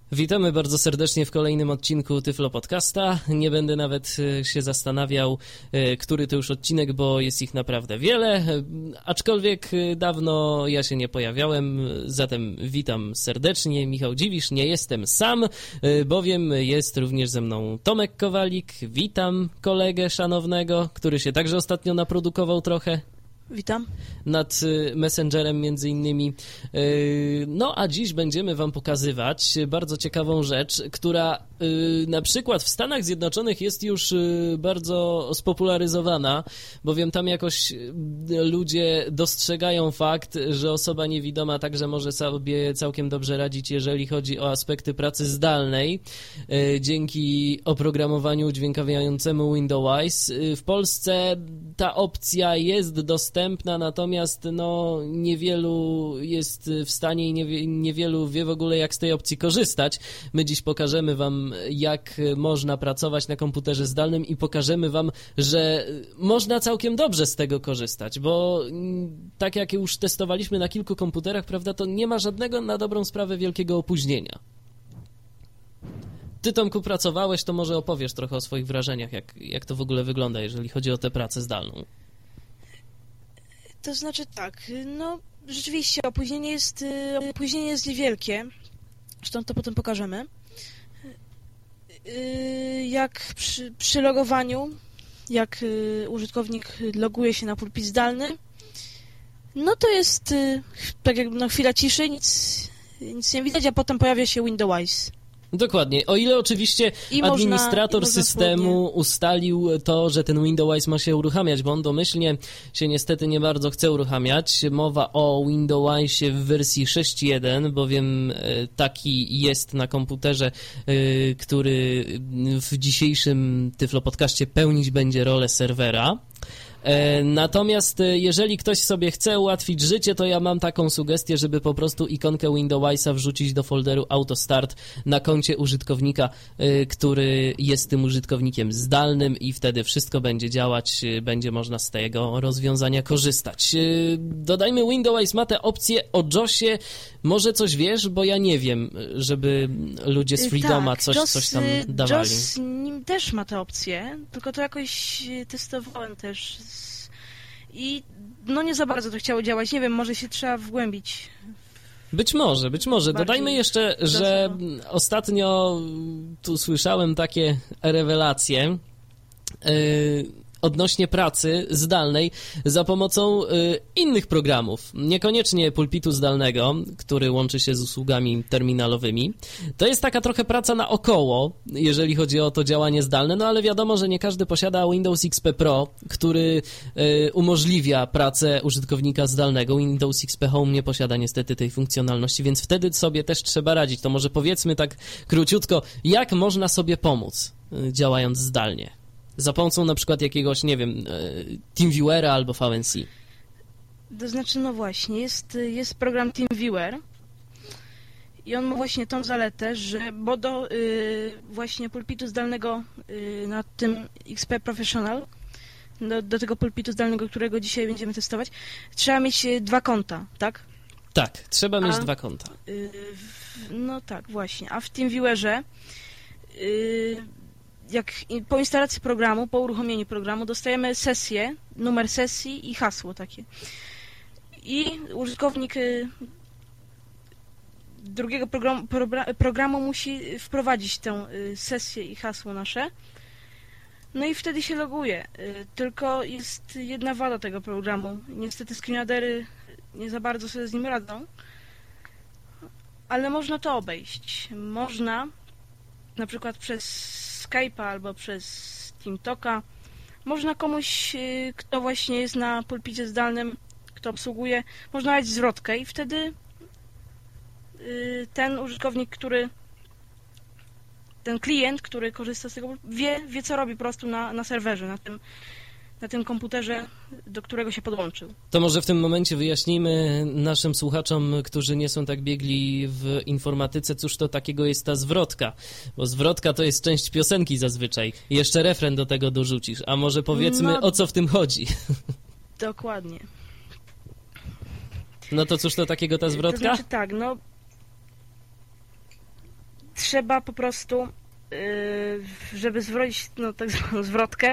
Witamy bardzo serdecznie w kolejnym odcinku Tyflo Podcasta. Nie będę nawet się zastanawiał, który to już odcinek, bo jest ich naprawdę wiele, aczkolwiek dawno ja się nie pojawiałem, zatem witam serdecznie. Michał Dziwisz, nie jestem sam, bowiem jest również ze mną Tomek Kowalik. Witam kolegę szanownego, który się także ostatnio naprodukował trochę. Witam. Nad Messengerem między innymi. No a dziś będziemy wam pokazywać bardzo ciekawą rzecz, która na przykład w Stanach Zjednoczonych jest już bardzo spopularyzowana, bowiem tam jakoś ludzie dostrzegają fakt, że osoba niewidoma także może sobie całkiem dobrze radzić, jeżeli chodzi o aspekty pracy zdalnej, dzięki oprogramowaniu udźwiękawiającemu Windows. W Polsce ta opcja jest dostępna, natomiast no, niewielu jest w stanie i niewielu wie w ogóle, jak z tej opcji korzystać. My dziś pokażemy wam, jak można pracować na komputerze zdalnym i pokażemy wam, że można całkiem dobrze z tego korzystać, bo tak jak już testowaliśmy na kilku komputerach, prawda, to nie ma żadnego na dobrą sprawę wielkiego opóźnienia. Ty, Tomku, pracowałeś, to może opowiesz trochę o swoich wrażeniach, jak to w ogóle wygląda, jeżeli chodzi o tę pracę zdalną. To znaczy tak, no rzeczywiście opóźnienie jest niewielkie, zresztą to potem pokażemy. Jak przy logowaniu, jak użytkownik loguje się na pulpit zdalny, no to jest tak jakby chwila ciszy, nic nie widać, a potem pojawia się Windows. Dokładnie, o ile oczywiście administrator systemu ustalił to, że ten Windows ma się uruchamiać, bo on domyślnie się niestety nie bardzo chce uruchamiać. Mowa o Windowsie w wersji 6.1, bowiem taki jest na komputerze, który w dzisiejszym Tyflo Podcaście pełnić będzie rolę serwera. Natomiast jeżeli ktoś sobie chce ułatwić życie, to ja mam taką sugestię, żeby po prostu ikonkę Windowsa wrzucić do folderu AutoStart na koncie użytkownika, który jest tym użytkownikiem zdalnym i wtedy wszystko będzie działać, będzie można z tego rozwiązania korzystać. Dodajmy, Windows ma tę opcję o JOSie. Może coś wiesz, bo ja nie wiem, żeby ludzie z Freedoma coś tam dawali. JOS też ma tę opcję, tylko to jakoś testowałem też i no nie za bardzo to chciało działać. Nie wiem, może się trzeba wgłębić. Być może. Dodajmy jeszcze, że ostatnio tu słyszałem takie rewelacje odnośnie pracy zdalnej za pomocą innych programów. Niekoniecznie pulpitu zdalnego, który łączy się z usługami terminalowymi. To jest taka trochę praca naokoło, jeżeli chodzi o to działanie zdalne, no ale wiadomo, że nie każdy posiada Windows XP Pro, który umożliwia pracę użytkownika zdalnego. Windows XP Home nie posiada niestety tej funkcjonalności, więc wtedy sobie też trzeba radzić. To może powiedzmy tak króciutko, jak można sobie pomóc działając zdalnie? Za pomocą na przykład jakiegoś, nie wiem, TeamViewera albo VNC. To znaczy, no właśnie, jest program TeamViewer i on ma właśnie tą zaletę, że bo do właśnie pulpitu zdalnego na tym XP Professional, do tego pulpitu zdalnego, którego dzisiaj będziemy testować, trzeba mieć 2 konta, tak? Tak, trzeba mieć 2 konta. No tak, właśnie. A w TeamViewerze jak po instalacji programu, po uruchomieniu programu dostajemy sesję, numer sesji i hasło takie. I użytkownik drugiego programu musi wprowadzić tę sesję i hasło nasze. No i wtedy się loguje. Tylko jest jedna wada tego programu. Niestety screenreadery nie za bardzo sobie z nim radzą. Ale można to obejść. Można na przykład przez Skype'a albo przez TeamTalka. Można komuś, kto właśnie jest na pulpicie zdalnym, kto obsługuje, można dać zwrotkę i wtedy ten użytkownik, ten klient, który korzysta z tego, wie co robi po prostu na serwerze, na tym komputerze, do którego się podłączył. To może w tym momencie wyjaśnijmy naszym słuchaczom, którzy nie są tak biegli w informatyce, cóż to takiego jest ta zwrotka, bo zwrotka to jest część piosenki zazwyczaj. I jeszcze refren do tego dorzucisz, a może powiedzmy, o co w tym chodzi. Dokładnie. No to cóż to takiego ta zwrotka? To znaczy tak, no trzeba po prostu, żeby zwrócić tak zwaną zwrotkę,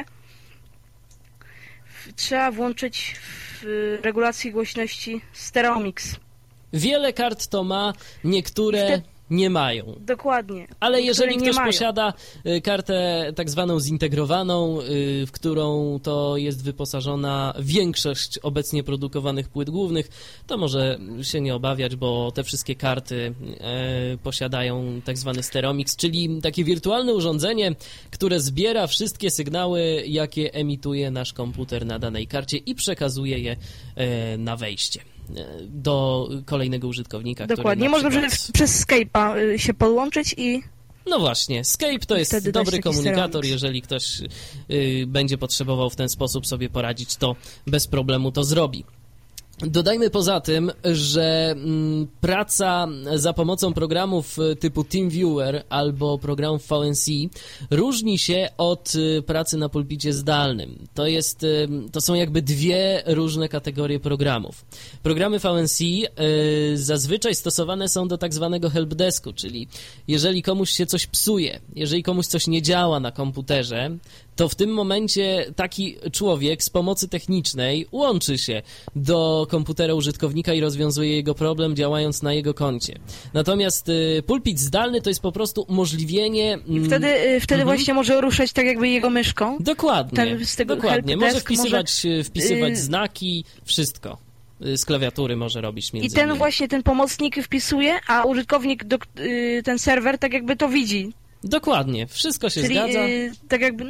trzeba włączyć w regulacji głośności Stereo-Mix. Wiele kart to ma, niektóre nie mają. Dokładnie. Ale jeżeli ktoś posiada kartę tak zwaną zintegrowaną, w którą to jest wyposażona większość obecnie produkowanych płyt głównych, to może się nie obawiać, bo te wszystkie karty posiadają tak zwany Stereo-Mix, czyli takie wirtualne urządzenie, które zbiera wszystkie sygnały, jakie emituje nasz komputer na danej karcie i przekazuje je na wejście do kolejnego użytkownika. Dokładnie, można przez Skype'a się podłączyć i... No właśnie, Skype to jest dobry komunikator, jeżeli ktoś będzie potrzebował w ten sposób sobie poradzić, to bez problemu to zrobi. Dodajmy poza tym, że praca za pomocą programów typu TeamViewer albo programów VNC różni się od pracy na pulpicie zdalnym. To są jakby dwie różne kategorie programów. Programy VNC zazwyczaj stosowane są do tak zwanego helpdesku, czyli jeżeli komuś się coś psuje, jeżeli komuś coś nie działa na komputerze, to w tym momencie taki człowiek z pomocy technicznej łączy się do komputera użytkownika i rozwiązuje jego problem, działając na jego koncie. Natomiast pulpit zdalny to jest po prostu umożliwienie... I wtedy właśnie może ruszać tak jakby jego myszką. Dokładnie, dokładnie. Może wpisywać znaki, wszystko. Z klawiatury może robić między innymi. I ten pomocnik wpisuje, a użytkownik, ten serwer tak jakby to widzi. Dokładnie, wszystko się zgadza. Tak jakby,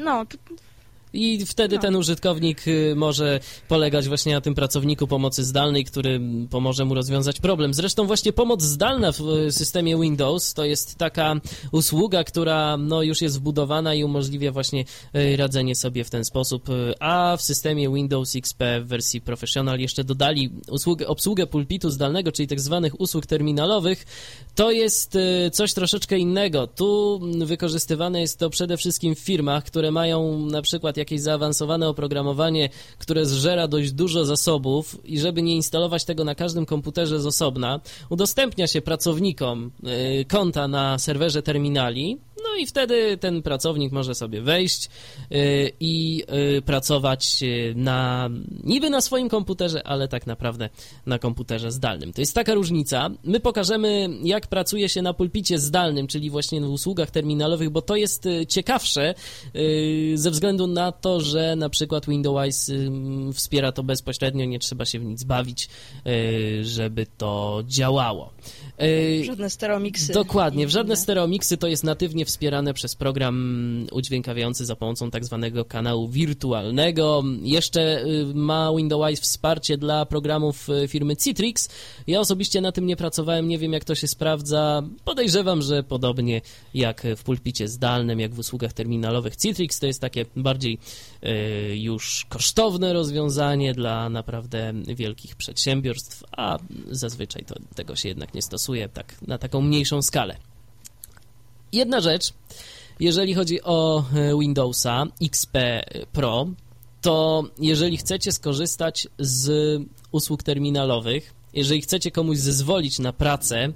I wtedy ten użytkownik może polegać właśnie na tym pracowniku pomocy zdalnej, który pomoże mu rozwiązać problem. Zresztą właśnie pomoc zdalna w systemie Windows to jest taka usługa, która już jest wbudowana i umożliwia właśnie radzenie sobie w ten sposób. A w systemie Windows XP w wersji Professional jeszcze dodali obsługę pulpitu zdalnego, czyli tak zwanych usług terminalowych. To jest coś troszeczkę innego. Tu wykorzystywane jest to przede wszystkim w firmach, które mają na przykład jakieś zaawansowane oprogramowanie, które zżera dość dużo zasobów i żeby nie instalować tego na każdym komputerze z osobna, udostępnia się pracownikom konta na serwerze terminali, no i wtedy ten pracownik może sobie wejść i pracować niby na swoim komputerze, ale tak naprawdę na komputerze zdalnym. To jest taka różnica. My pokażemy, jak pracuje się na pulpicie zdalnym, czyli właśnie w usługach terminalowych, bo to jest ciekawsze ze względu na to, że na przykład Windows wspiera to bezpośrednio, nie trzeba się w nic bawić, żeby to działało. Żadne stereomiksy. Dokładnie, w żadne stereomiksy. To jest natywnie wspierane przez program udźwiękawiający za pomocą tak zwanego kanału wirtualnego. Jeszcze ma Windows wsparcie dla programów firmy Citrix. Ja osobiście na tym nie pracowałem, nie wiem jak to się sprawdza. Podejrzewam, że podobnie jak w pulpicie zdalnym, jak w usługach terminalowych Citrix, to jest takie bardziej już kosztowne rozwiązanie dla naprawdę wielkich przedsiębiorstw, a zazwyczaj tego się jednak nie stosuje na taką mniejszą skalę. Jedna rzecz, jeżeli chodzi o Windowsa XP Pro, to jeżeli chcecie skorzystać z usług terminalowych, jeżeli chcecie komuś zezwolić na pracę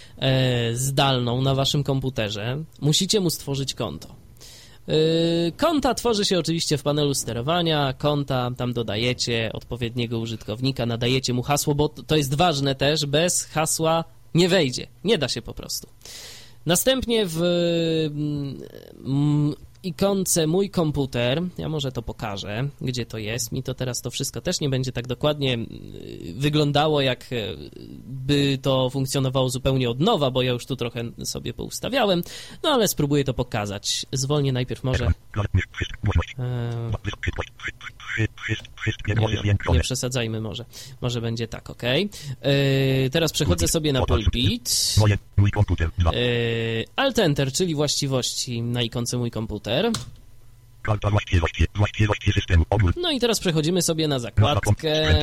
zdalną na waszym komputerze, musicie mu stworzyć konto. Konta tworzy się oczywiście w panelu sterowania, konta, tam dodajecie odpowiedniego użytkownika, nadajecie mu hasło, bo to jest ważne też, bez hasła nie wejdzie, nie da się po prostu. Następnie w ikonce Mój komputer, ja może to pokażę, gdzie to jest, mi to teraz to wszystko też nie będzie tak dokładnie wyglądało, jak by to funkcjonowało zupełnie od nowa, bo ja już tu trochę sobie poustawiałem, no ale spróbuję to pokazać. Zwolnię najpierw może... Nie przesadzajmy może. Może będzie tak, ok. Teraz przechodzę sobie na pulpit. Alt-Enter, czyli właściwości na ikonce Mój komputer. No i teraz przechodzimy sobie na zakładkę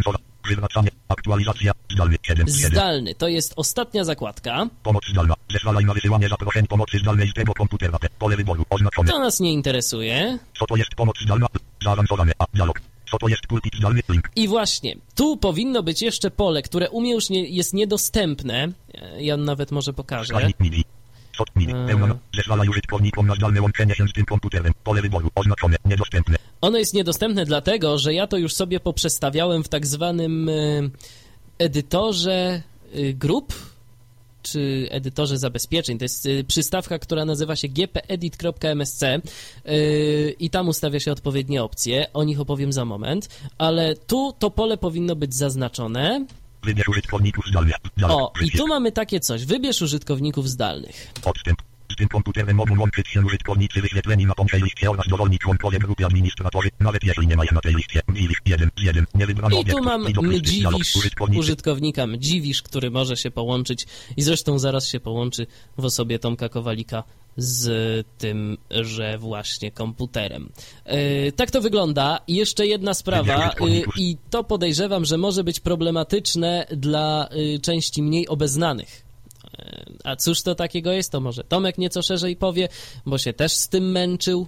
Zdalny. To jest ostatnia zakładka. Pomoc zdalna. Zezwalaj na wysyłanie zaproszeń pomocy zdalnej z tego komputera. Pole wyboru oznaczone. To nas nie interesuje. Co to jest pomoc zdalna? Zaawansowane. Dialog. Co to jest pulpit zdalny? Link. I właśnie, tu powinno być jeszcze pole, które u mnie już jest niedostępne. Ja nawet może pokażę. Zezwala użytkownikom na zdalne łączenie się z tym komputerem. Pole wyboru oznaczone, niedostępne. Ono jest niedostępne dlatego, że ja to już sobie poprzestawiałem w tak zwanym edytorze grup, czy edytorze zabezpieczeń. To jest przystawka, która nazywa się gpedit.msc i tam ustawia się odpowiednie opcje. O nich opowiem za moment, ale tu to pole powinno być zaznaczone. Wybierz użytkowników zdalnych. O, i tu mamy takie coś. Wybierz użytkowników zdalnych. Odstęp. Z tym komputerem mogą łączyć się użytkownicy wyświetleni na tej liście oraz dowolni członkowie grupy administratorzy, nawet jeśli nie ma ich na tej liście. Mdziwisz 1. Nie wybrano I tu mam Mdziwisz, użytkownika Mdziwisz, który może się połączyć i zresztą zaraz się połączy w osobie Tomka Kowalika z tymże właśnie komputerem. Tak to wygląda. I jeszcze jedna sprawa i to podejrzewam, że może być problematyczne dla części mniej obeznanych. A cóż to takiego jest? To może Tomek nieco szerzej powie, bo się też z tym męczył.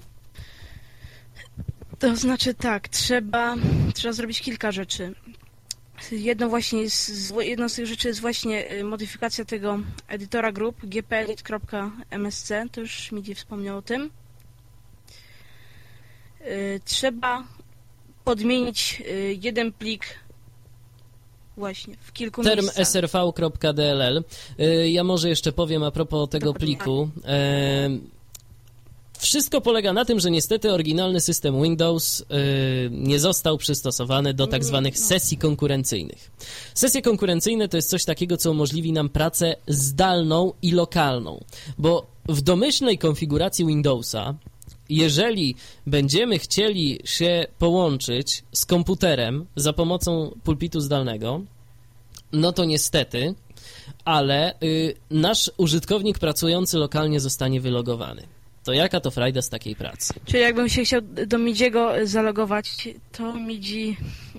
To znaczy tak, trzeba zrobić kilka rzeczy. Jedną z tych rzeczy jest właśnie modyfikacja tego edytora grup gpedit.msc, to już Midi wspomniał o tym. Trzeba podmienić jeden plik właśnie w kilku term miejscach. srv.dll. Ja może jeszcze powiem a propos tego pliku. Wszystko polega na tym, że niestety oryginalny system Windows nie został przystosowany do tak zwanych sesji konkurencyjnych. Sesje konkurencyjne to jest coś takiego, co umożliwi nam pracę zdalną i lokalną, bo w domyślnej konfiguracji Windowsa, jeżeli będziemy chcieli się połączyć z komputerem za pomocą pulpitu zdalnego, no to niestety, ale nasz użytkownik pracujący lokalnie zostanie wylogowany. To jaka to frajda z takiej pracy? Czyli jakbym się chciał do Midziego zalogować, to Midzi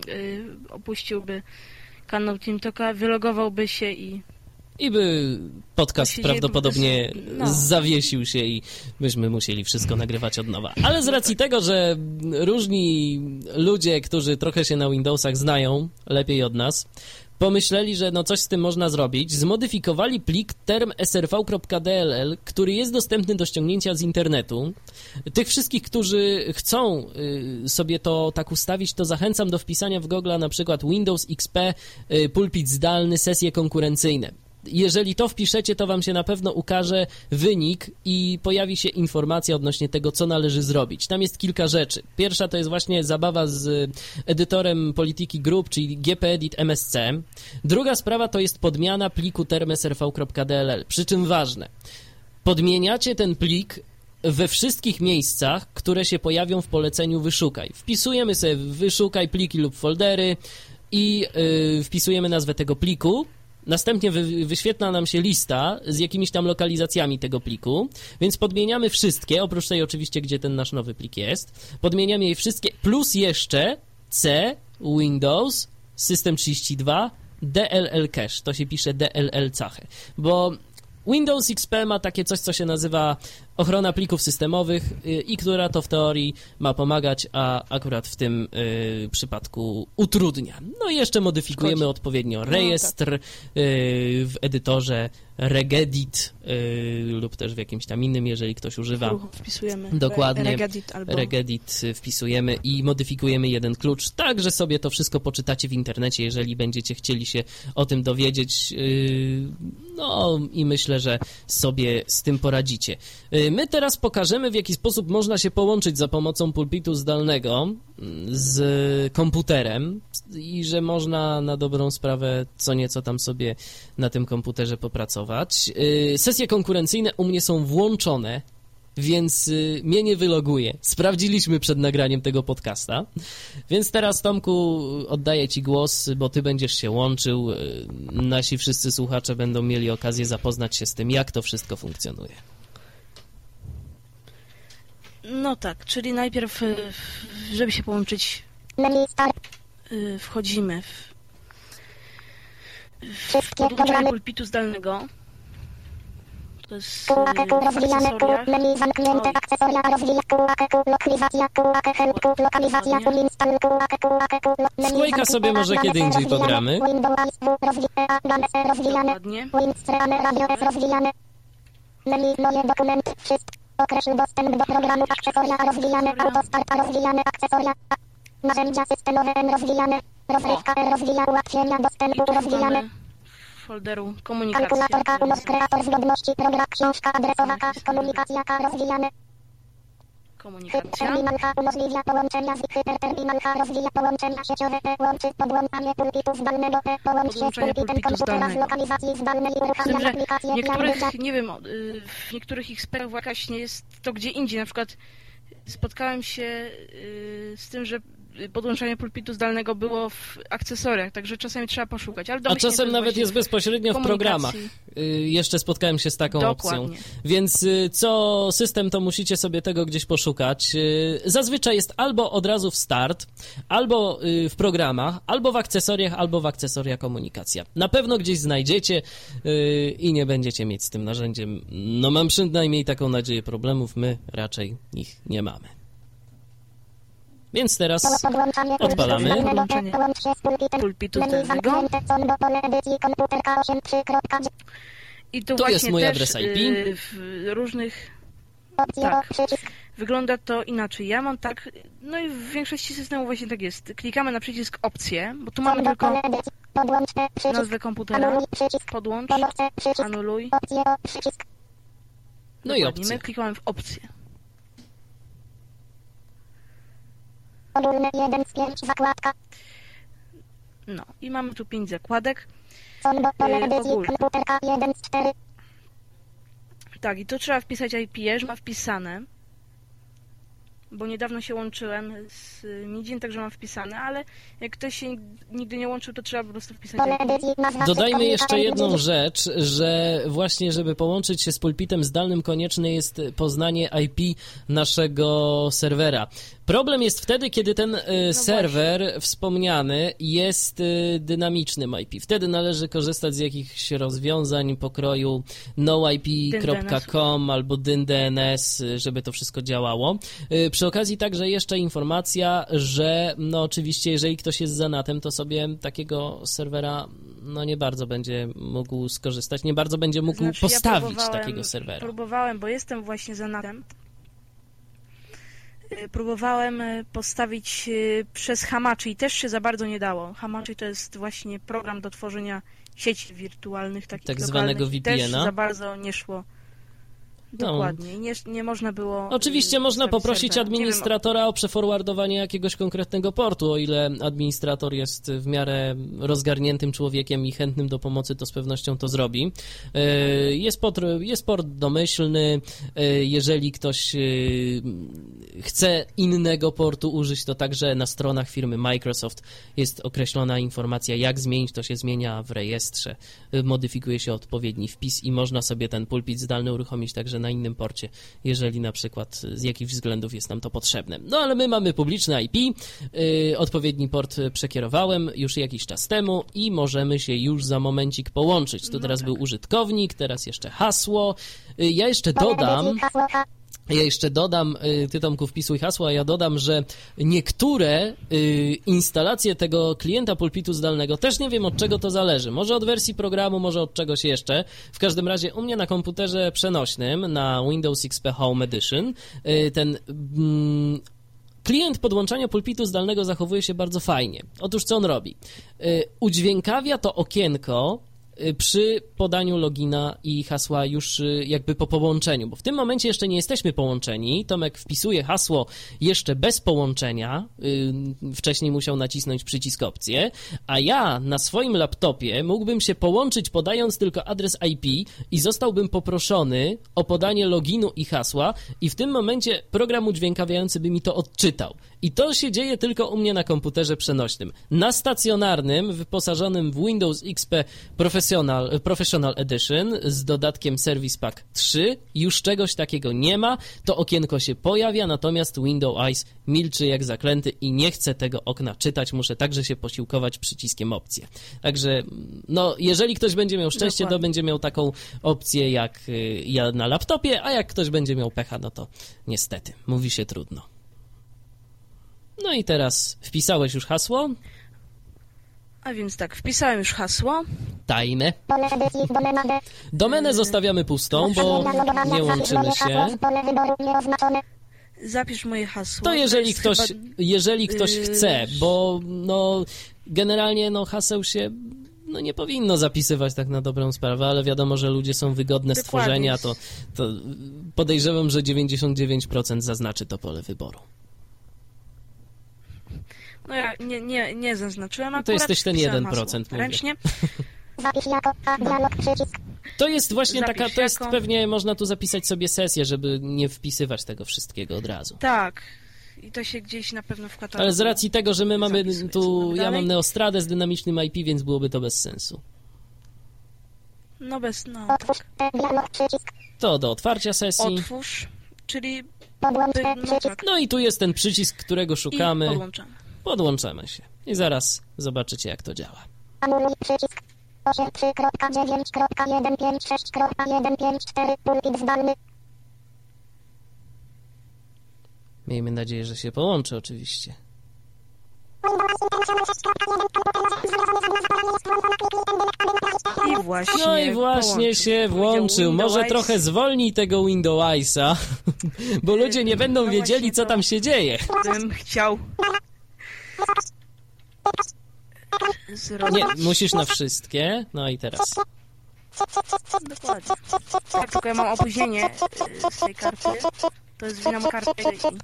opuściłby kanał TeamTalka, wylogowałby się i by podcast prawdopodobnie zawiesił się i byśmy musieli wszystko nagrywać od nowa. Ale z racji tego, że różni ludzie, którzy trochę się na Windowsach znają lepiej od nas, pomyśleli, że no coś z tym można zrobić, zmodyfikowali plik term srv.dll, który jest dostępny do ściągnięcia z internetu. Tych wszystkich, którzy chcą sobie to tak ustawić, to zachęcam do wpisania w Google'a na przykład Windows XP, pulpit zdalny, sesje konkurencyjne. Jeżeli to wpiszecie, to wam się na pewno ukaże wynik i pojawi się informacja odnośnie tego, co należy zrobić. Tam jest kilka rzeczy. Pierwsza to jest właśnie zabawa z edytorem polityki grup, czyli gpedit.msc. Druga sprawa to jest podmiana pliku term.srv.dll. Przy czym ważne, podmieniacie ten plik we wszystkich miejscach, które się pojawią w poleceniu wyszukaj. Wpisujemy sobie wyszukaj pliki lub foldery i wpisujemy nazwę tego pliku. Następnie wyświetla nam się lista z jakimiś tam lokalizacjami tego pliku, więc podmieniamy wszystkie, oprócz tej oczywiście, gdzie ten nasz nowy plik jest. Podmieniamy je wszystkie, plus jeszcze C, Windows, System32, DLL Cache. To się pisze DLL Cache, bo Windows XP ma takie coś, co się nazywa ochrona plików systemowych i która to w teorii ma pomagać, a akurat w tym przypadku utrudnia. No i jeszcze modyfikujemy odpowiednio rejestr w edytorze regedit lub też w jakimś tam innym, jeżeli ktoś używa. Wpisujemy. Dokładnie. Regedit wpisujemy i modyfikujemy jeden klucz, tak, że sobie to wszystko poczytacie w internecie, jeżeli będziecie chcieli się o tym dowiedzieć. No i myślę, że sobie z tym poradzicie. My teraz pokażemy, w jaki sposób można się połączyć za pomocą pulpitu zdalnego z komputerem i że można na dobrą sprawę co nieco tam sobie na tym komputerze popracować. Sesje konkurencyjne u mnie są włączone, więc mnie nie wyloguje. Sprawdziliśmy przed nagraniem tego podcasta. Więc teraz, Tomku, oddaję ci głos, bo ty będziesz się łączył. Nasi wszyscy słuchacze będą mieli okazję zapoznać się z tym, jak to wszystko funkcjonuje. No tak, czyli najpierw, żeby się połączyć, wchodzimy w podłączenie pulpitu zdalnego. To jest Słoika sobie może kiedy indziej pogramy. Dokładnie. Menu, moje dokumenty, wszystko. Określ dostęp do programu akcesoria rozwijane, autostarta rozwijane, akcesoria. Narzędzia systemowe rozwijane, rozrywka rozwija, ułatwienia dostępu rozwijane. Folderu komunikacja. Kalkulator K, kreator zgodności, program, książka adresowa K, komunikacja K rozwijane. Komunikacja. Terminal H umożliwia połączenia z hyperterminal H rozwija połączenia sieciowe P łączy podłączanie pulpitu zdalnego P połącz się z pulpitem komputera z lokalizacji zdalnej uruchamia aplikację. Niektórych, nie wiem, w niektórych ich sprawach właśnie jest to gdzie indziej. Na przykład spotkałem się z tym, że podłączanie pulpitu zdalnego było w akcesoriach, także czasami trzeba poszukać. Ale a czasem nawet jest bezpośrednio w programach. Jeszcze spotkałem się z taką opcją. Więc co system, to musicie sobie tego gdzieś poszukać. Zazwyczaj jest albo od razu w start, albo w programach, albo w akcesoriach, albo w akcesoria komunikacja. Na pewno gdzieś znajdziecie i nie będziecie mieć z tym narzędziem, no mam przynajmniej taką nadzieję, problemów. My raczej ich nie mamy. Więc teraz odpalamy. Pulpitu zdalnego. I tu jest mój adres IP. W różnych... Tak. Wygląda to inaczej. Ja mam tak... No i w większości systemów właśnie tak jest. Klikamy na przycisk opcje, bo tu mamy tylko nazwę komputera. Podłącz, anuluj. No i opcje. My klikamy w opcje. Ogólne 1 z 5 zakładka. No i mamy tu 5 zakładek. Komputerka 1 z 4. Tak, i tu trzeba wpisać IP, że ma wpisane. Bo niedawno się łączyłem z Midzin, także mam wpisane, ale jak ktoś się nigdy nie łączył, to trzeba po prostu wpisać IP. Dodajmy jeszcze jedną rzecz, że właśnie, żeby połączyć się z pulpitem zdalnym, konieczne jest poznanie IP naszego serwera. Problem jest wtedy, kiedy ten serwer wspomniany jest dynamicznym IP. Wtedy należy korzystać z jakichś rozwiązań pokroju noip.com albo dyn.dns, żeby to wszystko działało. Przy okazji także jeszcze informacja, że no oczywiście jeżeli ktoś jest zanatem, to sobie takiego serwera no nie bardzo będzie mógł skorzystać, nie bardzo będzie mógł postawić takiego serwera. Próbowałem, bo jestem właśnie zanatem. Próbowałem postawić przez Hamachi i też się za bardzo nie dało. Hamachi to jest właśnie program do tworzenia sieci wirtualnych, takich tak zwanego VPN-a. Też za bardzo nie szło. Dokładnie. Nie można było... Oczywiście można poprosić administratora o przeforwardowanie jakiegoś konkretnego portu. O ile administrator jest w miarę rozgarniętym człowiekiem i chętnym do pomocy, to z pewnością to zrobi. Jest port domyślny. Jeżeli ktoś chce innego portu użyć, to także na stronach firmy Microsoft jest określona informacja, jak zmienić. To się zmienia w rejestrze. Modyfikuje się odpowiedni wpis i można sobie ten pulpit zdalny uruchomić także na innym porcie, jeżeli na przykład z jakichś względów jest nam to potrzebne. No ale my mamy publiczne IP, odpowiedni port przekierowałem już jakiś czas temu i możemy się już za momencik połączyć. To teraz był użytkownik, teraz jeszcze hasło. Ja jeszcze dodam, ty Tomku wpisuj hasło, a ja dodam, że niektóre instalacje tego klienta pulpitu zdalnego, też nie wiem od czego to zależy. Może od wersji programu, może od czegoś jeszcze. W każdym razie u mnie na komputerze przenośnym, na Windows XP Home Edition, ten klient podłączania pulpitu zdalnego zachowuje się bardzo fajnie. Otóż co on robi? Udźwiękawia to okienko przy podaniu logina i hasła już jakby po połączeniu, bo w tym momencie jeszcze nie jesteśmy połączeni. Tomek wpisuje hasło jeszcze bez połączenia, wcześniej musiał nacisnąć przycisk opcję, a ja na swoim laptopie mógłbym się połączyć podając tylko adres IP i zostałbym poproszony o podanie loginu i hasła i w tym momencie program udźwiękawiający by mi to odczytał. I to się dzieje tylko u mnie na komputerze przenośnym. Na stacjonarnym, wyposażonym w Windows XP Professional Edition z dodatkiem Service Pack 3 już czegoś takiego nie ma. To okienko się pojawia, natomiast Windows Eyes milczy jak zaklęty i nie chce tego okna czytać. Muszę także się posiłkować przyciskiem opcje. Także, no, jeżeli ktoś będzie miał szczęście, to będzie miał taką opcję jak ja na laptopie, a jak ktoś będzie miał pecha, no to niestety, mówi się trudno. No i teraz wpisałeś już hasło? A więc tak, wpisałem już hasło. Tajne. Pole edycji, domena D. Domenę zostawiamy pustą, bo nie łączymy się. Pole wyboru nieoznaczone. Zapisz moje hasło. To jeżeli ktoś Yy, chce, bo no generalnie no haseł się no nie powinno zapisywać tak na dobrą sprawę, ale wiadomo, że ludzie są wygodne Dokładnie. stworzenia, to podejrzewam, że 99% zaznaczy to pole wyboru. No ja nie zaznaczyłem akurat. To jesteś ten wpisałem 1%, hasło mówię. ręcznie. Zapisz jako A, dialog, przycisk. To jest właśnie Zapisz to jest jako- pewnie, można tu zapisać sobie sesję, żeby nie wpisywać tego wszystkiego od razu. Tak. I to się gdzieś na pewno w katalogu. Ale z racji tego, że my mamy Zapisuję, tu, co mamy ja dalej? mam Neostradę z dynamicznym IP, więc byłoby to bez sensu. No Otwórz dialog, przycisk. To do otwarcia sesji. Otwórz, czyli Podłącz no przycisk. tak. No i tu jest ten przycisk, którego I szukamy. podłączamy. Podłączamy się. I zaraz zobaczycie, jak to działa. Anuluj przycisk. 83.9.156.154 pulpit zdalny. Miejmy nadzieję, że się połączy oczywiście. I właśnie. No i właśnie połączył. się Powiedział włączył. Może Windows. trochę zwolnij tego Windowsa, bo ludzie nie będą No wiedzieli, właśnie co to. tam się dzieje. Bym chciał zrobić. Nie, musisz na wszystkie. No i teraz. Dokładnie. Tak, tylko ja mam opóźnienie z tej karty. To jest wina karty.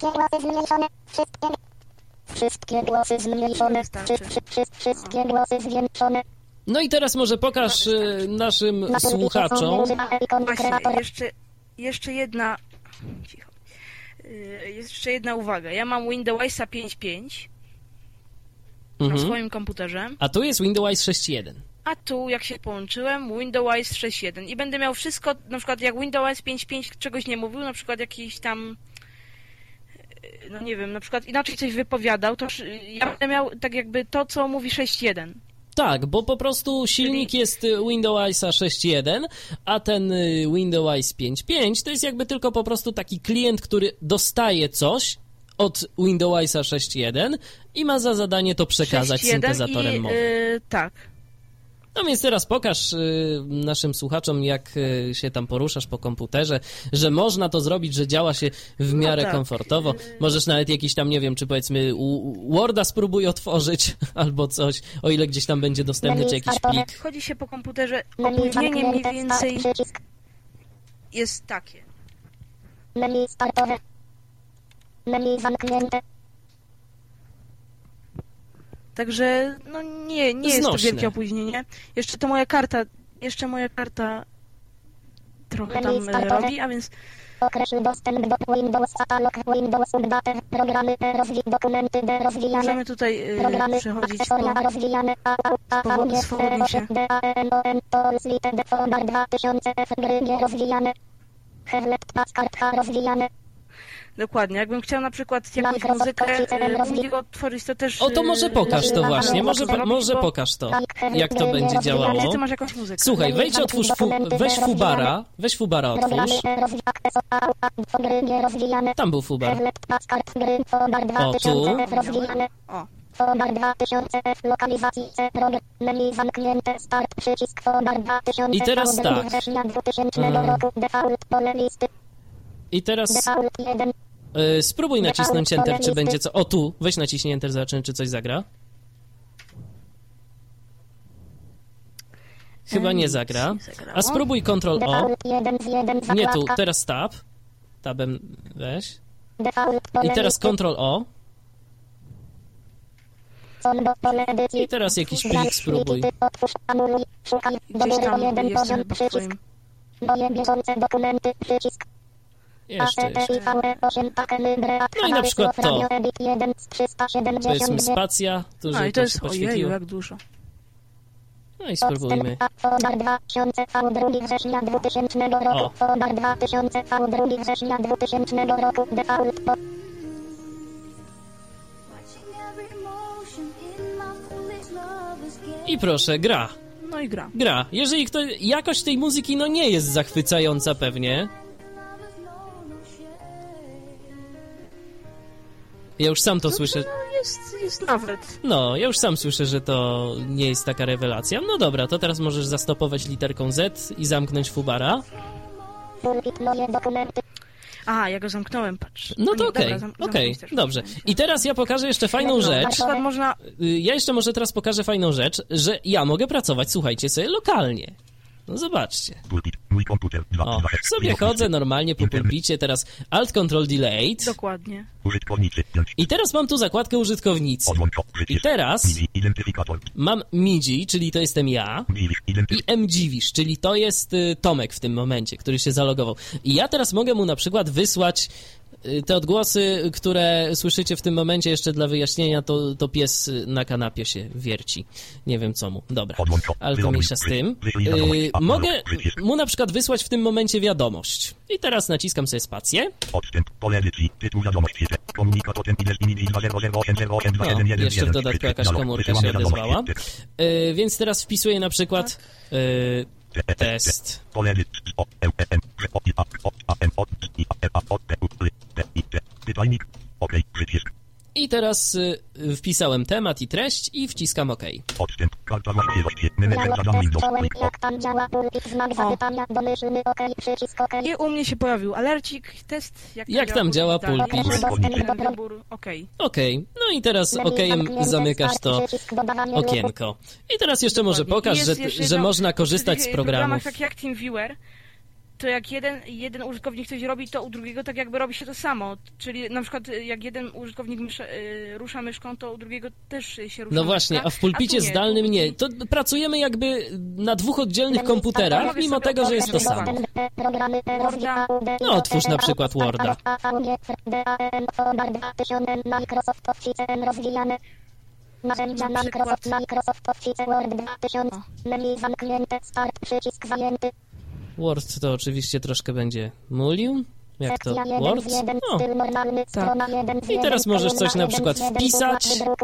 Wszystkie głosy zmniejszone. Wszystkie głosy zwiększone. No i teraz może pokaż naszym słuchaczom. Właśnie, jeszcze jedna... Cicho. Jeszcze jedna uwaga. Ja mam Windowsa 5.5 na Mhm. swoim komputerze, A tu jest Windows 6.1. a tu, jak się połączyłem, Windows 6.1 i będę miał wszystko, na przykład jak Windows 5.5 czegoś nie mówił, na przykład jakiś tam, no nie wiem, na przykład inaczej coś wypowiadał, to ja będę miał tak jakby to, co mówi 6.1. Tak, bo po prostu silnik jest Windowsa 6.1, a ten Windows 5.5 to jest jakby tylko po prostu taki klient, który dostaje coś od Windowsa 6.1 i ma za zadanie to przekazać 6.1 syntezatorem mowy. Tak. No więc teraz pokaż naszym słuchaczom, jak się tam poruszasz po komputerze, że można to zrobić, że działa się w miarę tak. komfortowo. Możesz nawet jakiś tam, nie wiem, czy powiedzmy Worda spróbuj otworzyć albo coś, o ile gdzieś tam będzie dostępny, czy jakiś plik. Chodzi się po komputerze, Menu opóźnienie mniej zamknięte, więcej start, przycisk. jest takie. Menu startowe. Menu zamknięte. Także no nie jest to Znośne. wielkie opóźnienie. Jeszcze moja karta trochę tam robi, a więc Określ dostęp do Windows Katalog, Windows Update, programy rozwij dokumenty D rozwijane. możemy tutaj Programy przechodzić akcesoria po... rozwijane swobodnie się. Folder 2000 F gry nie rozwijane. Hewlett Packard H rozwijane. Dokładnie, jakbym chciał na przykład jakąś Microsoft muzykę Office otworzyć, to też... O, to może pokaż to właśnie, może zrobić, bo- pokaż to, jak to będzie działało. Ty masz jakąś muzykę. Słuchaj, weź Fubara otwórz. Gry nie rozwijane. Tam był Fubar. Hewlett Packard gry Folder 2000 F rozwijane. O, Folder 2000 F lokalizacji C program menu zamknięte start przycisk Folder 2000 I teraz V tak. września 2000 roku default pole listy I teraz default 1 spróbuj nacisnąć Enter, czy będzie co... O, tu, weź naciśnij Enter, zobaczymy, czy coś zagra. Chyba nie zagra. A spróbuj Ctrl-O. default 1 z 1 Nie tu, zakładka teraz Tab. Tabem weź. default pole I teraz listy Ctrl-O. combo pole edycji I teraz jakiś plik Grać spróbuj. pliki, otwórz anuluj szukaj gdzieś dobory tam o jeden jestem poziom chyba w przycisk twoim... moje bieżące dokumenty przycisk Jeszcze. No i na przykład to. to Powiedzmy spacja, tu No żeby i to to jest, się ojeju, podświetliło. jak dużo. No i spróbujmy. Folder 2000 V 2 września 2000 O. roku. Folder 2000 V 2 września 2000 roku. Default po... I proszę, gra. No i gra. Gra. Jeżeli jakość tej muzyki no nie jest zachwycająca pewnie. Ja już sam to słyszę. jest nawet. No, ja już sam słyszę, że to nie jest taka rewelacja. No dobra, to teraz możesz zastopować literką Z i zamknąć fubara. Pulpit, moje dokumenty. Aha, ja go zamknąłem, patrz. No to Dobra, okej, też. dobrze. I teraz ja pokażę jeszcze fajną Na rzecz. przykład można... Ja jeszcze może teraz pokażę fajną rzecz, że ja mogę pracować, słuchajcie, sobie lokalnie. No zobaczcie. Pulpit, mój komputer, O, sobie chodzę normalnie po pulpicie, teraz Alt Control Delete. Dokładnie. Użytkownicy, 5. I teraz mam tu zakładkę użytkownicy. Odłącz, I teraz MIDI, identyfikator. mam MIDI, czyli to jestem ja. I mdziwisz, czyli to jest Tomek w tym momencie, który się zalogował. I ja teraz mogę mu na przykład wysłać te odgłosy, które słyszycie w tym momencie, jeszcze dla wyjaśnienia, to pies na kanapie się wierci. Nie wiem co mu. Dobra, ale to mniejsza z tym. Mogę mu na przykład wysłać w tym momencie wiadomość. I teraz naciskam sobie spację. Odstęp, pole edycji, tytuł wiadomości, komunikat o tempie MIDI 2008008082711. No, jeszcze w dodatku jakaś komórka się odezwała. Więc teraz wpisuję na przykład test. Pytajnik, OK, przycisk. I teraz wpisałem temat i treść i wciskam OK. Odstęp, karta właściwości, menedżer zadań Windows. Jak tam działa pulpit, znak zapytania, domyślny OK, przycisk OK. I u mnie się pojawił alercik, test. Jak tam działa pulpit? Okej. Okej, no i teraz OK-em zamykasz to okienko. I teraz jeszcze może pokaż, że można korzystać z W programów. programach takich jak TeamViewer, to jak jeden użytkownik coś robi, to u drugiego tak jakby robi się to samo. Czyli na przykład jak jeden użytkownik rusza myszką, to u drugiego też się rusza No właśnie, myszka, a w pulpicie zdalnym nie. To pracujemy jakby na dwóch oddzielnych komputerach, mimo tego, że jest to samo. No otwórz na przykład Worda. Narzędzia Microsoft Office Word 2000. Menu zamknięte, start, przycisk zajęty. Word to oczywiście troszkę będzie mulił. Jak to? Word? No. Tak. I teraz możesz coś na przykład wpisać.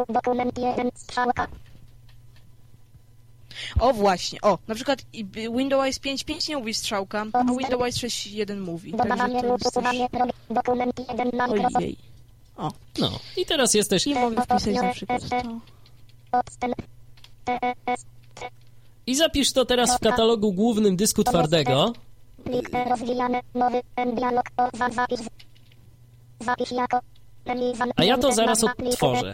O właśnie, na przykład Windows 5.5 nie mówi strzałka, a Windows 6.1 mówi. Także to jest też... Ojej. No i teraz jesteś... I mogę wpisać na przykład to. I zapisz to teraz w katalogu głównym dysku twardego. A ja to zaraz odtworzę.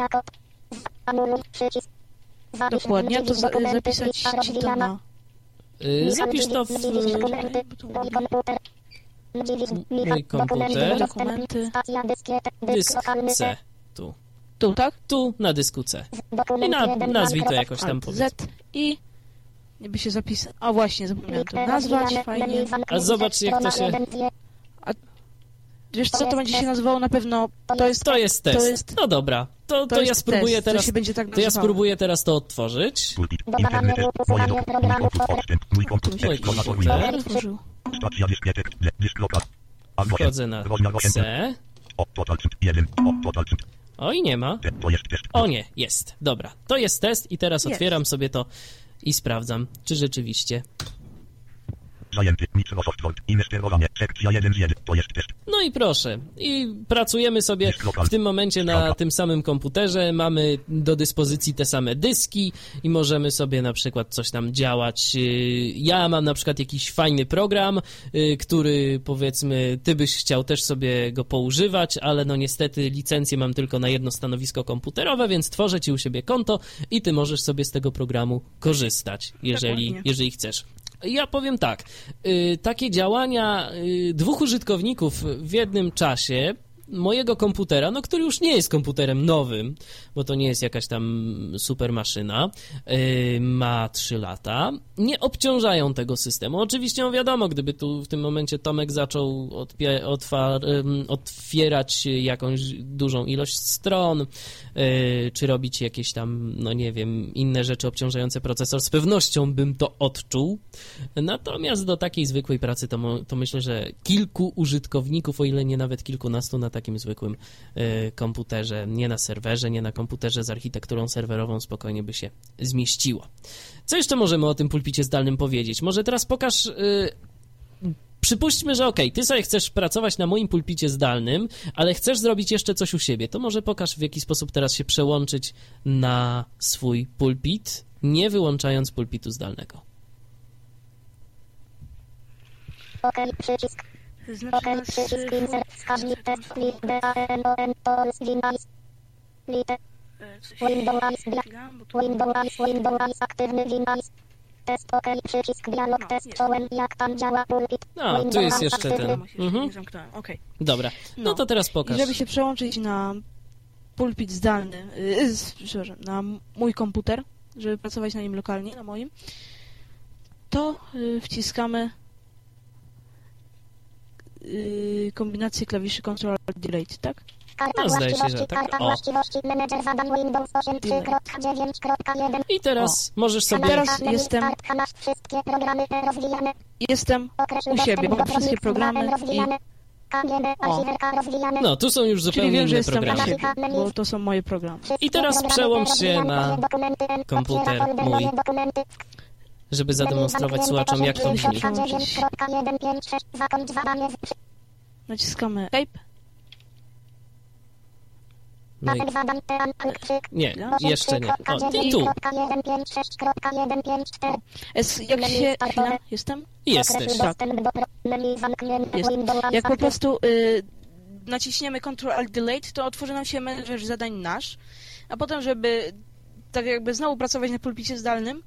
Dokładnie, to zapisać ci to na... Zapisz to w mój komputer. Dokumenty. Dysk C. Tu. Tu, tak? Tu na dysku C. I nazwij to jakoś tam, powiedz. Z i... Jakby się zapisać. A właśnie, zapomniałem to nazwać, fajnie. A zobacz, jak to się... Wiesz co, to będzie się nazywało na pewno... To jest test. No dobra, to ja spróbuję test, teraz... się będzie tak To ja spróbuję teraz to odtworzyć. Pulpit, internet, moje komputer, odstęp, mój komputer, Otworzył. stacja dyskietek, dysk lokal. Wchodzę na C. Oj, nie ma. To jest test. O nie, jest. Dobra, to jest test i teraz Jest. otwieram sobie to i sprawdzam, czy rzeczywiście... Zajęty, Microsoft Word, insterowanie, sekcja 1 z 1, to jest test. No i proszę, i pracujemy sobie w tym momencie na tym samym komputerze, mamy do dyspozycji te same dyski i możemy sobie na przykład coś tam działać. Ja mam na przykład jakiś fajny program, który powiedzmy ty byś chciał też sobie go poużywać, ale no niestety licencję mam tylko na jedno stanowisko komputerowe, więc tworzę ci u siebie konto i ty możesz sobie z tego programu korzystać, jeżeli chcesz. Ja powiem tak, takie działania dwóch użytkowników w jednym czasie mojego komputera, no który już nie jest komputerem nowym, bo to nie jest jakaś tam super maszyna, ma 3 lata, nie obciążają tego systemu. Oczywiście, no wiadomo, gdyby tu w tym momencie Tomek zaczął otwierać jakąś dużą ilość stron, czy robić jakieś tam, no nie wiem, inne rzeczy obciążające procesor, z pewnością bym to odczuł. Natomiast do takiej zwykłej pracy to myślę, że kilku użytkowników, o ile nie nawet kilkunastu na takim zwykłym komputerze, nie na serwerze, nie na komputerze z architekturą serwerową spokojnie by się zmieściło. Co jeszcze możemy o tym pulpicie zdalnym powiedzieć? Może teraz pokaż przypuśćmy, że okej, ty sobie chcesz pracować na moim pulpicie zdalnym, ale chcesz zrobić jeszcze coś u siebie, to może pokaż, w jaki sposób teraz się przełączyć na swój pulpit, nie wyłączając pulpitu zdalnego. Okej, przycisk. Znaczy Okej, nas... przycisk insert, wskaźnik test, list, B-A-N-O-N, Tools, Windows, lite, Windows, aktywny Windows, test, okej, przycisk, dialog, test, czołem, jak tam działa pulpit. A, tu jest jeszcze ten. Nie zamknąłem, okej. Dobra, no to teraz pokaż. I żeby się przełączyć na pulpit zdalny, przepraszam, na mój komputer, żeby pracować na nim lokalnie, na moim, to wciskamy kombinację klawiszy Ctrl-Alt-Delete, tak? No, zdaje się, że tak. O. Menedżer zadań Windows 8.3.9.1. I teraz możesz sobie... Teraz jestem u siebie, mam wszystkie programy i... No, tu są już Czyli zupełnie wiem, że inne jestem u programy. siebie, bo to są moje programy. I teraz przełącz się na komputer mój, żeby zademonstrować słuchaczom, jak to brzmi. Naciskamy Escape. No i... Nie, jeszcze nie. O, i tu. Jak się... Chwila, jestem? Jesteś. Tak. Jest. Jak po prostu naciśniemy Ctrl-Alt-Delete, to otworzy nam się menedżer zadań nasz, a potem, żeby tak jakby znowu pracować na pulpicie zdalnym,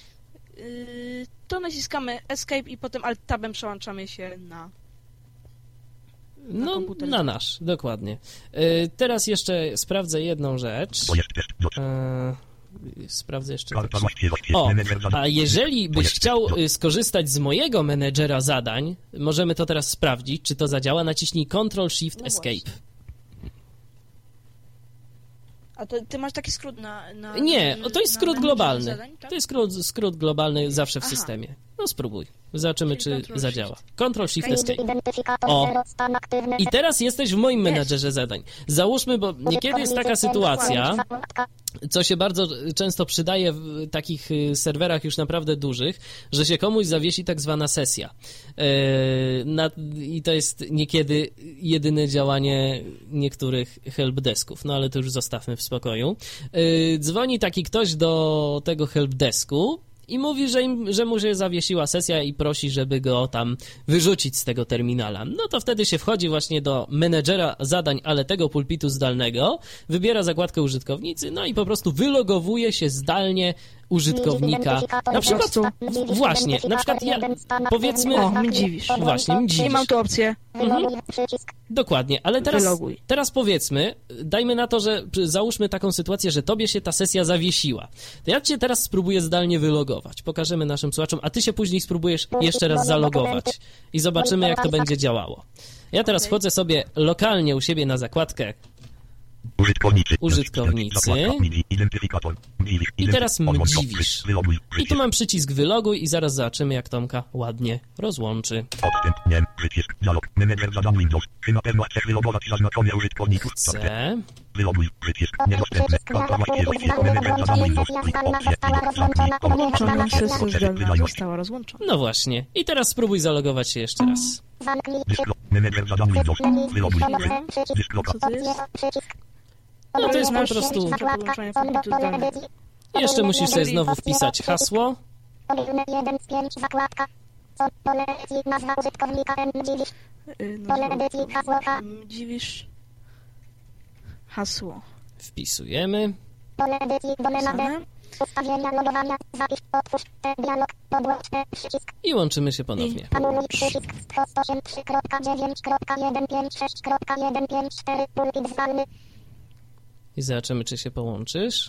to naciskamy Escape i potem Alt-Tabem przełączamy się na No, komputer. na nasz, dokładnie. Teraz jeszcze sprawdzę jedną rzecz. To jest test. Sprawdzę jeszcze... Karta właściwości. O, Menedżer zadań. a jeżeli byś chciał skorzystać z mojego menedżera zadań, możemy to teraz sprawdzić, czy to zadziała. Naciśnij Ctrl-Shift-Escape. A to ty masz taki skrót na Nie, to jest skrót globalny. Zadań, tak? To jest skrót globalny zawsze w Aha. systemie. No spróbuj. Zobaczymy, Czyli czy Ctrl+Shift. zadziała. Ctrl-Shift-Escape. O. I teraz jesteś w moim menedżerze zadań. Załóżmy, bo niekiedy jest taka sytuacja, co się bardzo często przydaje w takich serwerach już naprawdę dużych, że się komuś zawiesi tak zwana sesja. I to jest niekiedy jedyne działanie niektórych helpdesków, no ale to już zostawmy w spokoju. Dzwoni taki ktoś do tego helpdesku i mówi, że mu się zawiesiła sesja i prosi, żeby go tam wyrzucić z tego terminala. No to wtedy się wchodzi właśnie do menedżera zadań, ale tego pulpitu zdalnego, wybiera zakładkę użytkownicy, no i po prostu wylogowuje się zdalnie użytkownika. Na przykład, właśnie, na przykład ja, powiedzmy... O, mnie dziwisz. Właśnie, mnie dziwisz. Nie mam tu opcję. Dokładnie, ale Wyloguj. teraz powiedzmy, dajmy na to, że załóżmy taką sytuację, że tobie się ta sesja zawiesiła. To ja cię teraz spróbuję zdalnie wylogować. Pokażemy naszym słuchaczom, a ty się później spróbujesz jeszcze raz zalogować i zobaczymy, jak to będzie działało. Ja teraz wchodzę sobie lokalnie u siebie na zakładkę Użytkownicy. I teraz mdziwisz. I tu mam przycisk wyloguj i zaraz zobaczymy, jak Tomka ładnie rozłączy. Odstępnie, przycisk, dialog, menedżer zadań Windows. Czy na pewno chcesz wylogować zaznaczone użytkowników? Chcę. Wyloguj, przycisk, niedostępne. Karta właściwości, menedżer zadań Windows. Połączona sesja zdalna została rozłączona. No właśnie. I teraz spróbuj zalogować się jeszcze raz. Menedżer zadań Windows. Wyloguj, przycisk, Co to jest? No to jest po prostu... Jeszcze musisz sobie znowu wpisać hasło. Dziwisz hasło. Wpisujemy. Ustawienia logowania, zapisz, otwórz, dialog, podłącz, przycisk. I łączymy się ponownie. Anuluj przycisk 183.9.156.154 pulpit zdalny. I zobaczymy, czy się połączysz.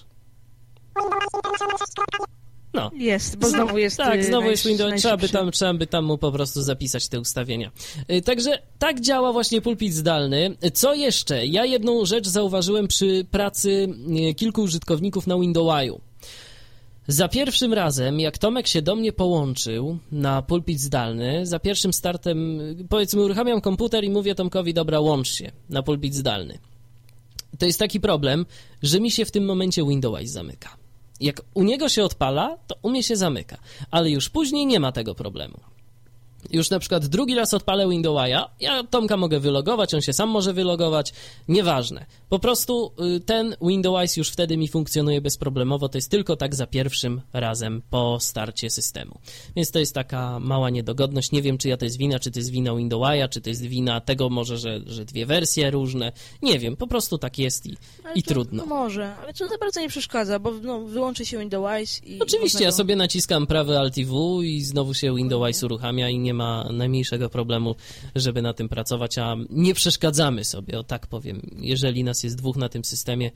No. Jest, bo znowu jest... Tak, znowu jest Windows, trzeba by tam mu po prostu zapisać te ustawienia. Także tak działa właśnie pulpit zdalny. Co jeszcze? Ja jedną rzecz zauważyłem przy pracy kilku użytkowników na Windowsiu. Za pierwszym razem, jak Tomek się do mnie połączył na pulpit zdalny, za pierwszym startem, powiedzmy, uruchamiam komputer i mówię Tomkowi, dobra, łącz się na pulpit zdalny. To jest taki problem, że mi się w tym momencie Windows zamyka. Jak u niego się odpala, to u mnie się zamyka, ale już później nie ma tego problemu. już na przykład drugi raz odpalę Windowsa, ja Tomka mogę wylogować, on się sam może wylogować, nieważne. Po prostu ten Windows już wtedy mi funkcjonuje bezproblemowo, to jest tylko tak za pierwszym razem po starcie systemu. Więc to jest taka mała niedogodność, nie wiem, czyja to jest wina, czy to jest wina Windowsa, czy to jest wina tego może, że dwie wersje różne, nie wiem, po prostu tak jest i trudno. No może, ale to za bardzo nie przeszkadza, bo wyłączy się Windows i... Oczywiście, ja sobie naciskam prawy Alt i W i znowu się Windows uruchamia i nie ma najmniejszego problemu, żeby na tym pracować, a nie przeszkadzamy sobie, o tak powiem. Jeżeli nas jest dwóch na tym systemie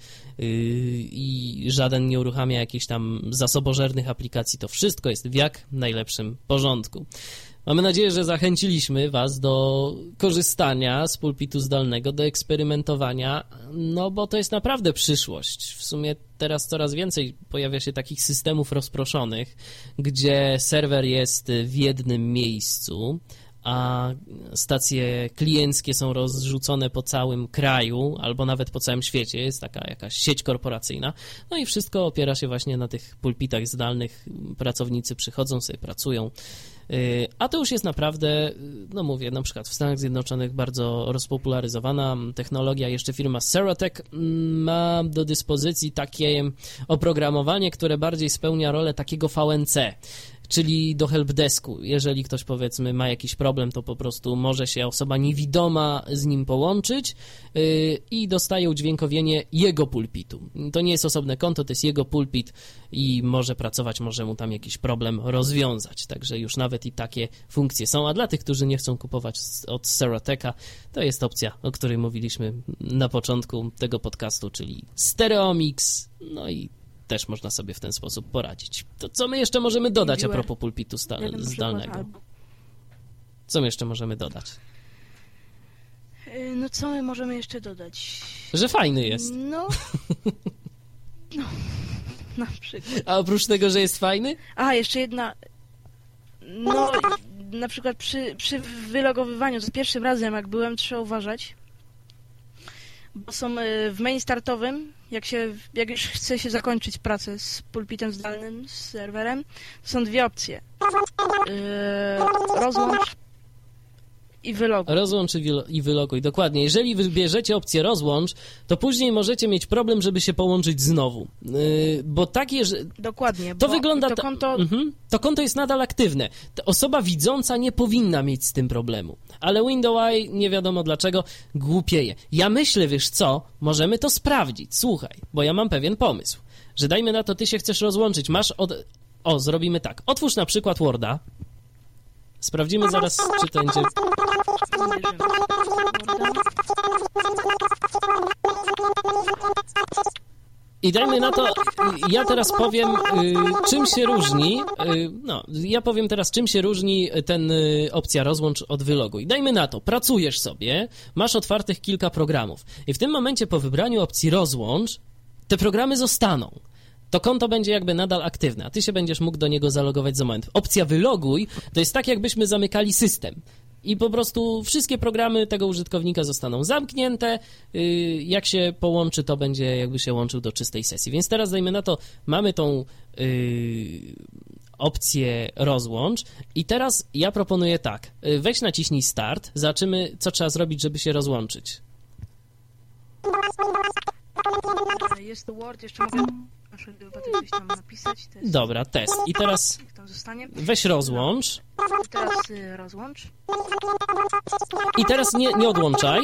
i żaden nie uruchamia jakichś tam zasobożernych aplikacji, to wszystko jest w jak najlepszym porządku. Mamy nadzieję, że zachęciliśmy Was do korzystania z pulpitu zdalnego, do eksperymentowania, no bo to jest naprawdę przyszłość. W sumie teraz coraz więcej pojawia się takich systemów rozproszonych, gdzie serwer jest w jednym miejscu, a stacje klienckie są rozrzucone po całym kraju albo nawet po całym świecie. Jest taka jakaś sieć korporacyjna. No i wszystko opiera się właśnie na tych pulpitach zdalnych. Pracownicy przychodzą sobie, pracują. A to już jest naprawdę, no mówię, na przykład w Stanach Zjednoczonych bardzo rozpopularyzowana technologia. Jeszcze firma Seratech ma do dyspozycji takie oprogramowanie, które bardziej spełnia rolę takiego VNC, czyli do helpdesku. Jeżeli ktoś, powiedzmy, ma jakiś problem, to po prostu może się osoba niewidoma z nim połączyć i dostaje udźwiękowienie jego pulpitu. To nie jest osobne konto, to jest jego pulpit i może pracować, może mu tam jakiś problem rozwiązać. Także już nawet i takie funkcje są. A dla tych, którzy nie chcą kupować od Seratecha, to jest opcja, o której mówiliśmy na początku tego podcastu, czyli Stereomix, no i też można sobie w ten sposób poradzić. To co my jeszcze możemy dodać a propos pulpitu zdalnego? Co my jeszcze możemy dodać? No co my możemy jeszcze dodać? Że fajny jest. No, na przykład. A oprócz tego, że jest fajny? A, jeszcze jedna... No, na przykład przy wylogowywaniu za pierwszym razem, jak byłem, trzeba uważać, bo są w main startowym, jak już chce się zakończyć pracę z pulpitem zdalnym, z serwerem, to są dwie opcje. Rozłącz i wyloguj. Rozłącz i wyloguj, dokładnie. Jeżeli wybierzecie opcję rozłącz, to później możecie mieć problem, żeby się połączyć znowu. Bo takie, że... Dokładnie. To wygląda... To konto jest nadal aktywne. Ta osoba widząca nie powinna mieć z tym problemu. Ale Windows, nie wiadomo dlaczego, głupieje. Ja myślę, wiesz co, możemy to sprawdzić. Słuchaj, bo ja mam pewien pomysł. Że dajmy na to, ty się chcesz rozłączyć. Zrobimy tak. Otwórz na przykład Worda. Sprawdzimy zaraz, czy to będzie... I dajmy na to, ja teraz powiem, czym się różni, ja powiem teraz, czym się różni ten opcja rozłącz od wyloguj. Dajmy na to, pracujesz sobie, masz otwartych kilka programów i w tym momencie po wybraniu opcji rozłącz, te programy zostaną. To konto będzie jakby nadal aktywne, a ty się będziesz mógł do niego zalogować za moment. Opcja wyloguj to jest tak, jakbyśmy zamykali system. I po prostu wszystkie programy tego użytkownika zostaną zamknięte. Jak się połączy, to będzie jakby się łączył do czystej sesji. Więc teraz dajmy na to, mamy tą opcję rozłącz i teraz ja proponuję tak. Weź naciśnij start, zobaczymy, co trzeba zrobić, żeby się rozłączyć. Jest to Word, jeszcze mogę coś tam napisać. Test. Dobra, test. I teraz weź rozłącz. I teraz rozłącz. I teraz nie odłączaj.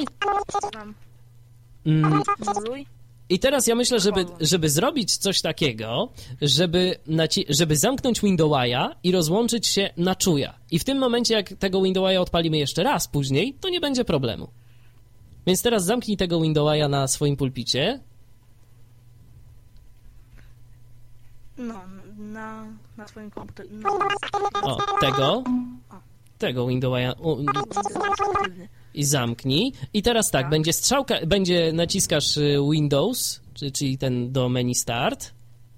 Nuluj. I teraz ja myślę, żeby zrobić coś takiego, żeby zamknąć Windowsa i rozłączyć się na czuja. I w tym momencie, jak tego Windowsa odpalimy jeszcze raz później, to nie będzie problemu. Więc teraz zamknij tego Windowsa na swoim pulpicie. No, na swoim komputerze. O, tego Windowsa i zamknij. I teraz tak, będzie strzałka, naciskasz Windows, czyli ten do menu Start.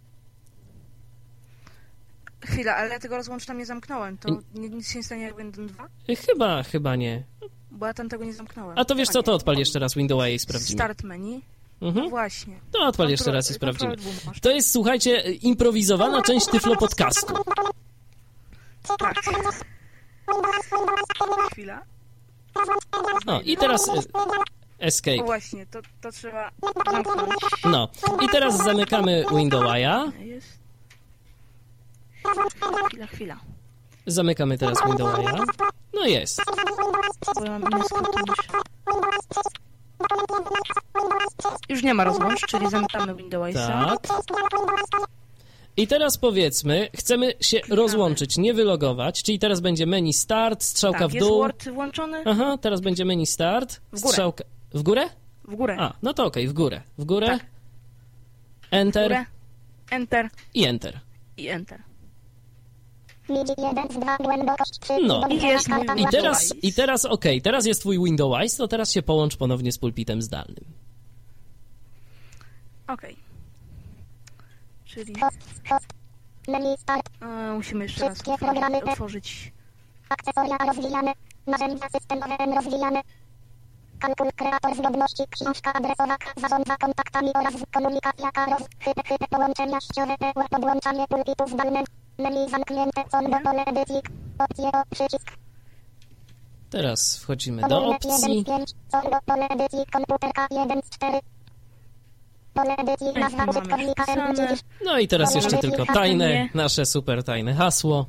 Chwila, ale ja tego rozłącza nie zamknąłem. To nic się nie stanie jak będą 2? Chyba nie. Bo ja tam tego nie zamknąłem. A to wiesz co, to odpal jeszcze raz Windowsa i sprawdzimy. Start menu. No właśnie. To odpal jeszcze raz i sprawdzimy. To jest, słuchajcie, improwizowana część Tyflo Podcastu. Tak. Chwila. O, i teraz escape. O właśnie, to trzeba zamknąć. No, i teraz zamykamy Windowa. Jest. Chwila. Zamykamy teraz Windowa. No jest. Bo ja mam inne skróty niż... Już nie ma rozłącz, czyli zamykamy Windowsa. Tak. I teraz powiedzmy, chcemy się rozłączyć, nie wylogować, czyli teraz będzie menu start, strzałka Tak, w jest dół. Word włączony? Aha, teraz będzie menu start, W górę. strzałka... W górę? W górę. A, no to okej, w górę. W górę, Tak. Enter W górę. Enter i Enter. i Enter. Widzi 1 z 2 głębokość 3. No. I jest mój I teraz okej, teraz jest twój Windows, to teraz się połącz ponownie z pulpitem zdalnym. Okej. Czyli Menu start. musimy jeszcze raz Wszystkie programy otworzyć. Akcesoria rozwijane. Narzędzia systemowe rozwijane. Kalkul kreator zgodności. Książka adresowa. Zarządza kontaktami oraz komunikacja. Chyba połączenia ściowe. Podłączanie pulpitu zdalnym. Menu zamknięte. On do pole edycji. Opcje o przycisk. Teraz wchodzimy do opcji. 5. On do pole edycji. Komputerka 1 z 4. Pole edycji. Nazwa Mamy użytkownika. wpisane. No i teraz jeszcze tylko tajne, nasze super tajne hasło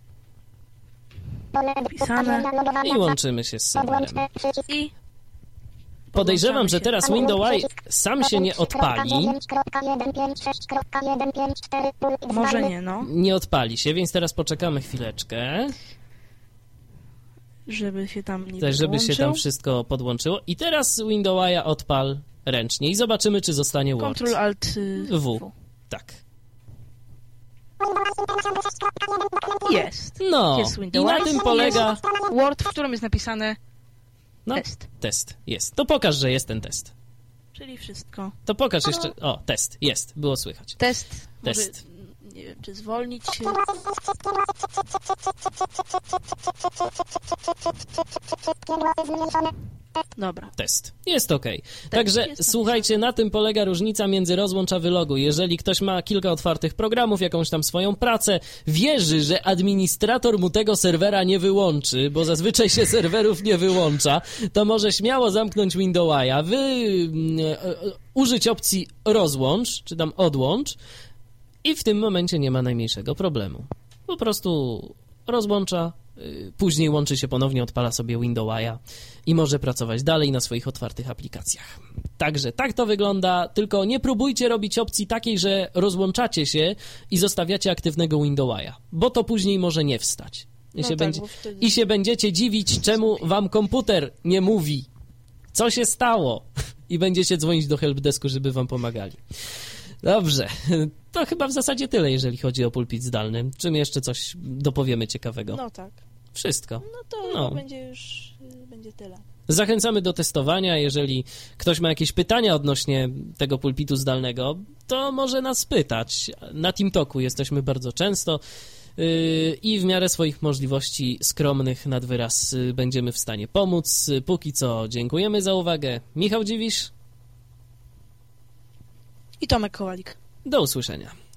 Pole Wpisane. i łączymy się z serwerem. Podłączne przycisk. I Podejrzewam, że teraz Windows sam się nie odpali. może nie, no. Nie odpali się, więc teraz poczekamy chwileczkę, Żeby się tam nie żeby się podłączył. tam wszystko podłączyło. I teraz Windows odpal ręcznie i zobaczymy, czy zostanie Word. Ctrl Alt W. Tak. Jest. No, Jest i Windows. na tym polega... Word, w którym jest napisane No, test. test jest. To pokaż, że jest ten test. Czyli wszystko. To pokaż jeszcze... O, test. Jest. Było słychać. Test. Test. Może, nie wiem, czy zwolnić się. Dobra. Test. Jest ok. Także jest słuchajcie, na tym polega różnica między rozłącz a wylogu. Jeżeli ktoś ma kilka otwartych programów, jakąś tam swoją pracę, wierzy, że administrator mu tego serwera nie wyłączy, bo zazwyczaj się serwerów nie wyłącza, to może śmiało zamknąć Windowsa, użyć opcji rozłącz, czy tam odłącz i w tym momencie nie ma najmniejszego problemu. Po prostu rozłącza, później łączy się ponownie, odpala sobie Windowsa i może pracować dalej na swoich otwartych aplikacjach. Także tak to wygląda, tylko nie próbujcie robić opcji takiej, że rozłączacie się i zostawiacie aktywnego Windowsa, bo to później może nie wstać. I się będziecie dziwić, czemu wam komputer nie mówi, co się stało i będziecie dzwonić do helpdesku, żeby wam pomagali. Dobrze, to chyba w zasadzie tyle, jeżeli chodzi o pulpit zdalny. Czym jeszcze coś dopowiemy ciekawego? No tak. Wszystko. No to będzie już będzie tyle. Zachęcamy do testowania. Jeżeli ktoś ma jakieś pytania odnośnie tego pulpitu zdalnego, to może nas pytać. Na TeamTalku jesteśmy bardzo często i w miarę swoich możliwości skromnych nad wyraz będziemy w stanie pomóc. Póki co dziękujemy za uwagę. Michał Dziwisz. I Tomek Kowalik. Do usłyszenia.